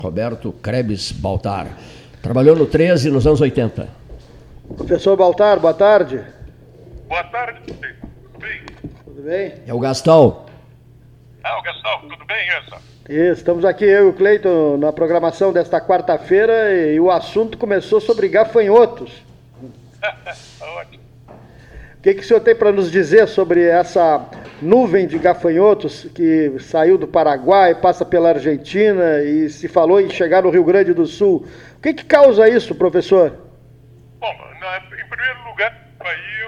Roberto Krebs Baltar. Trabalhou no 13 nos anos 80. Professor Baltar, boa tarde. Boa tarde, tudo bem? Tudo bem? É o Gastão. O Gastão, tudo bem, essa? Isso, estamos aqui, eu e o Cleiton, na programação desta quarta-feira e o assunto começou sobre gafanhotos. Ótimo. O que o senhor tem para nos dizer sobre essa nuvem de gafanhotos que saiu do Paraguai, passa pela Argentina e se falou em chegar no Rio Grande do Sul? O que causa isso, professor? Bom, em primeiro lugar, aí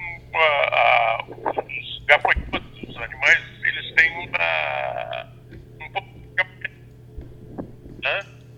os gafanhotos, os animais, eles têm um pouco de né,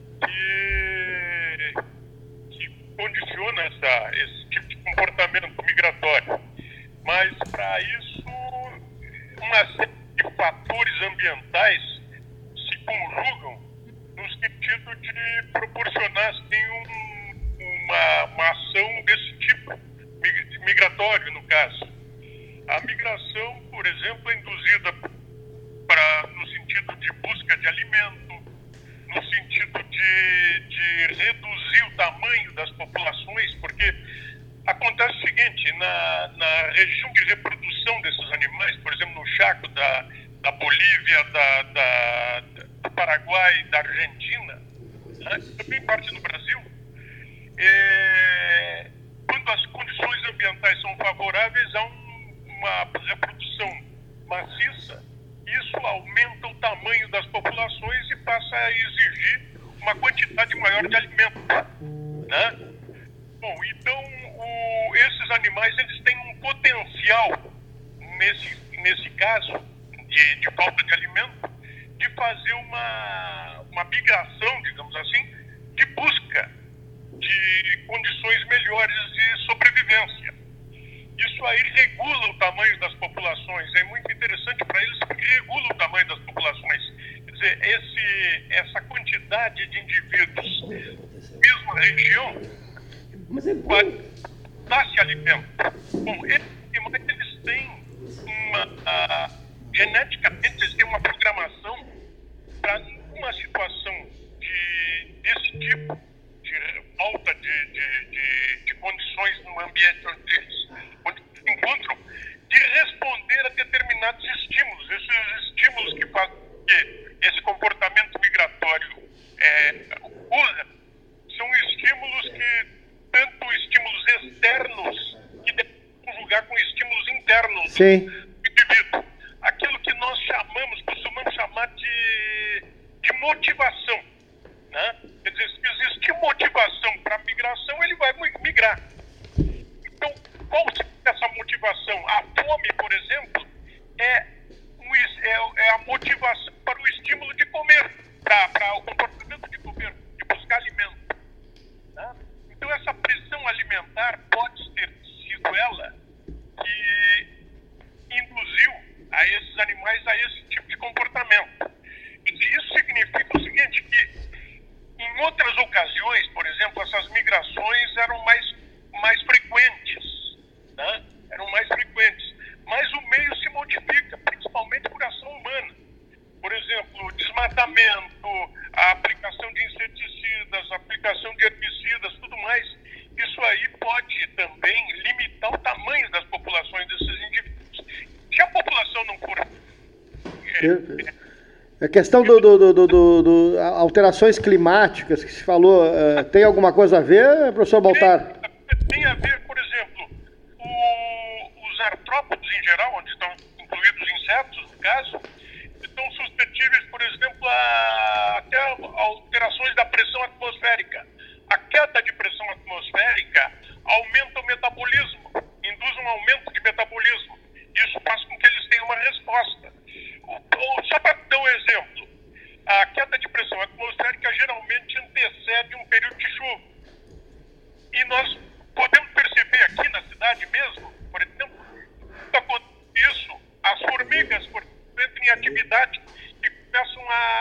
que condiciona esse tipo de comportamento migratório. Mas, para isso, uma série de fatores ambientais se conjugam no sentido de proporcionar assim, uma ação desse tipo, migratório, no caso. A migração, por exemplo, é induzida no sentido de busca de alimento, no sentido de reduzir o tamanho das populações, porque acontece o seguinte, na região de reprodução desses animais, por exemplo, no Chaco da Bolívia, do Paraguai, da Argentina, né, também parte do Brasil, quando as condições ambientais são favoráveis, há uma reprodução maciça, isso aumenta o tamanho das populações e passa a exigir uma quantidade maior de alimento, né? Bom, então esses animais eles têm um potencial, nesse caso de falta de alimento, de fazer uma migração, digamos assim, de busca de condições melhores de sobrevivência. Isso aí regula o tamanho das populações. É muito interessante para eles porque regula o tamanho das populações. Quer dizer, essa quantidade de indivíduos na mesma região vai dar-se alimento. Bom, esses animais eles têm geneticamente eles têm uma programação para uma situação desse tipo, de falta de condições no ambiente onde eles se encontram, de responder a determinados estímulos. Esses estímulos que fazem que esse comportamento migratório ocorra são estímulos que, tanto estímulos externos, que devem conjugar com estímulos internos do indivíduo. Aquilo que nós costumamos chamar de motivação. Né? Quer dizer, se existir motivação para a migração, ele vai migrar. Então, qual seria essa motivação? A fome, por exemplo, é a motivação para o estímulo de comer, para o comportamento de comer, de buscar alimento. Né? Então, essa pressão alimentar pode ter sido ela que induziu a esses animais a esse tipo de comportamento. Isso significa o seguinte, que em outras ocasiões, por exemplo, essas migrações eram mais frequentes, né? Eram mais frequentes, mas o meio se modifica, principalmente por ação humana. Por exemplo, o desmatamento, a aplicação de inseticidas, a aplicação de herbicidas, tudo mais. Isso aí pode também limitar o tamanho das populações desses indivíduos. Se a população não for... A questão do alterações climáticas que se falou, tem alguma coisa a ver, professor Baltar? Tem a ver, por exemplo, os artrópodes em geral, onde estão incluídos insetos, no caso, estão suscetíveis, por exemplo, até alterações da pressão atmosférica. A queda de pressão atmosférica aumenta o metabolismo, induz um aumento de metabolismo. Isso faz com que eles tenham uma resposta. Só para dar um exemplo, a queda de pressão atmosférica geralmente antecede um período de chuva. E nós podemos perceber aqui na cidade mesmo, por exemplo, isso, as formigas entram em atividade e começam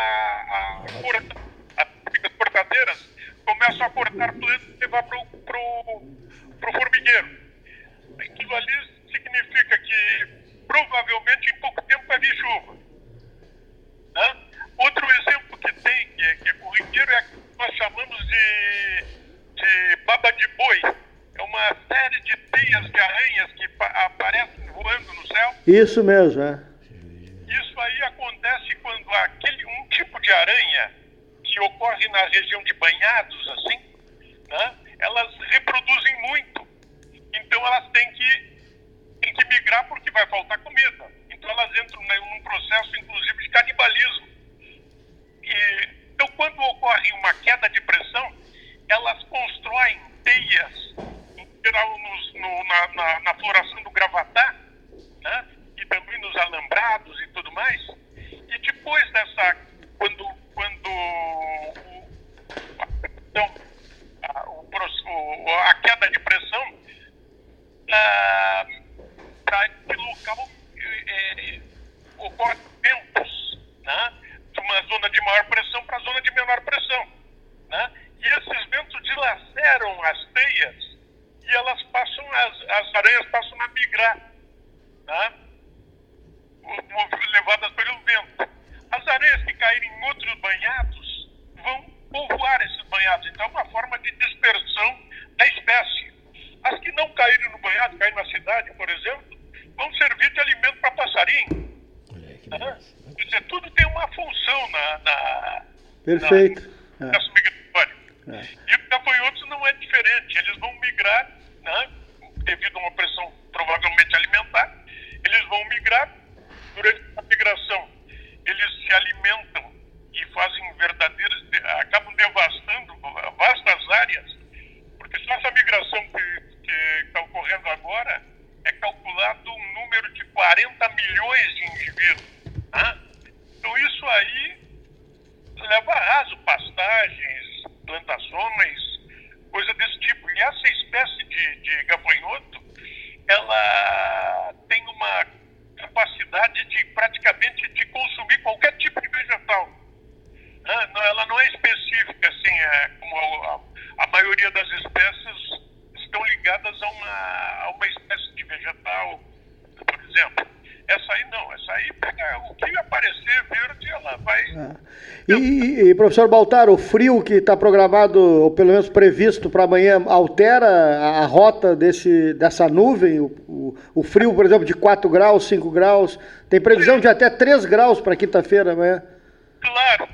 as formigas cortadeiras começam a cortar plantas e levar para o formigueiro. Aquilo ali significa que provavelmente em pouco tempo vai vir chuva. Né? Outro exemplo que tem, que que é corriqueiro, é a que nós chamamos de baba de boi. É uma série de teias de aranhas que aparecem voando no céu. Isso mesmo, é. Isso aí acontece quando um tipo de aranha que ocorre na região de banhados, assim, né, elas reproduzem muito. Então elas têm que migrar porque vai faltar comida. Então elas entram num processo, inclusive, de canibalismo. Então, quando ocorre uma queda de pressão, elas constroem teias, em geral na floração do gravatá, né, e também nos alambrados e tudo mais. E depois dessa, quando a queda de pressão, para esse local ocorre ventos, né, de uma zona de maior pressão para a zona de menor pressão, né, e esses ventos dilaceram as teias e elas passam, as aranhas passam a migrar, né, levadas pelo vento. As aranhas que caírem em outros banhados vão povoar esses banhados. Então é uma forma de dispersão da espécie. As que não caírem no banhado, caírem na cidade, por exemplo, vão servir de alimento para passarinho. Quer dizer, tudo tem uma função Perfeito. no processo migratório. E os gafanhotos não é diferente. Eles vão migrar, né, devido a uma pressão provavelmente alimentar. Eles vão migrar. Durante a migração, eles se alimentam e fazem acabam devastando vastas áreas, porque só essa migração que está ocorrendo agora é calculado um número de 40 milhões de indivíduos. Né? Então isso aí leva a raso pastagens, plantações, coisa desse tipo. E essa espécie de gafanhoto, ela tem uma capacidade de praticamente de consumir qualquer tipo de vegetal. Ela não é específica, assim, como a maioria das espécies estão ligadas a uma espécie de vegetal, por exemplo. Essa aí não, essa aí pega o que aparecer verde, ela vai... E professor Baltar, o frio que está programado, ou pelo menos previsto para amanhã, altera a rota dessa nuvem? O frio, por exemplo, de 4 graus, 5 graus, tem previsão de até 3 graus para quinta-feira amanhã? Claro.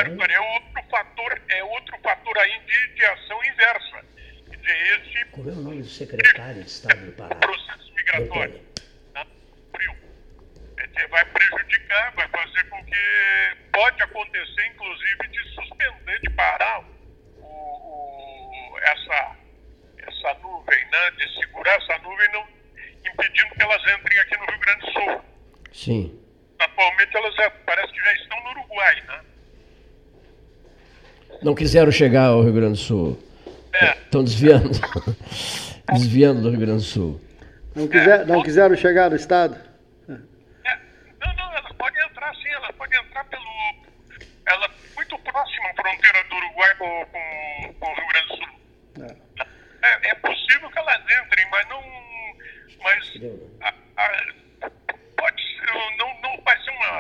É outro fator aí de ação inversa. Quer dizer, Qual é o nome do secretário de Estado do Pará? Processo migratório. Frio. Vai prejudicar, vai fazer com que pode acontecer, inclusive, de suspender, de parar essa nuvem, né? De segurar essa nuvem, não, impedindo que elas entrem aqui no Rio Grande do Sul. Sim. Atualmente elas parece que já estão no Uruguai, né? Não quiseram chegar ao Rio Grande do Sul. Estão desviando. Desviando do Rio Grande do Sul. Não quiseram chegar no estado? Não, elas podem entrar sim, elas podem entrar ela muito próxima à fronteira do Uruguai com o Rio Grande do Sul. É possível que elas entrem, mas não. Mas pode ser, não vai ser uma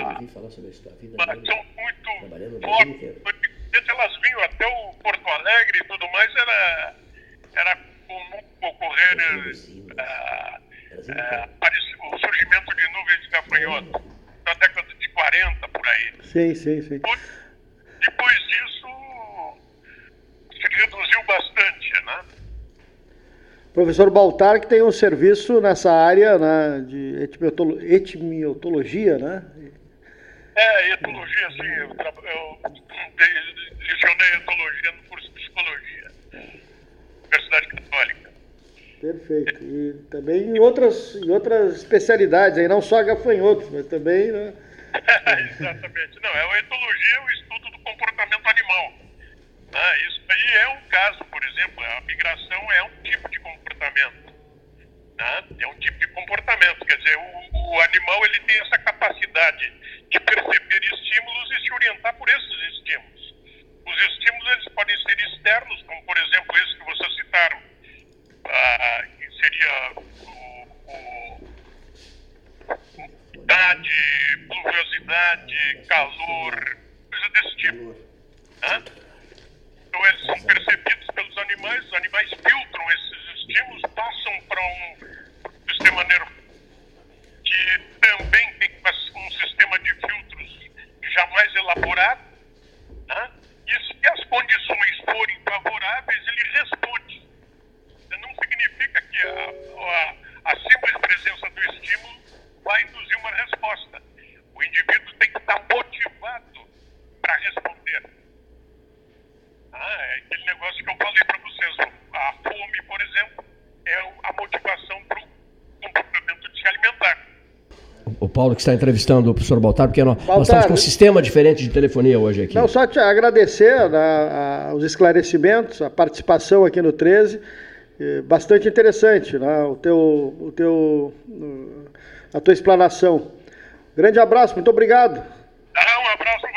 ação muito forte. Elas vinham até o Porto Alegre e tudo mais, era comum ocorrer o surgimento de nuvens de gafanhoto na década de 40, por aí. Sim. Depois disso, se reduziu bastante, né? Professor Baltar, que tem um serviço nessa área, né, de etimiologia, né? Etologia, sim. Eu lecionei etologia no curso de psicologia. Universidade Católica. Perfeito. E também em outras especialidades, aí não só gafanhotos, mas também, né? Exatamente. Não, a etologia é o estudo do comportamento animal. Isso aí é um caso, por exemplo, a migração é um tipo de comportamento. É um tipo de comportamento, quer dizer, o animal ele tem essa capacidade de perceber estímulos e se orientar por esses estímulos. Os estímulos eles podem ser externos, como por exemplo esse que vocês citaram, que seria umidade, pluviosidade, calor, coisa desse tipo. Paulo, que está entrevistando o professor Baltar, porque nós Baltar, estamos com um sistema diferente de telefonia hoje aqui. Não, só te agradecer os esclarecimentos, a participação aqui no 13, bastante interessante, né? A tua explanação. Grande abraço, muito obrigado. Um abraço.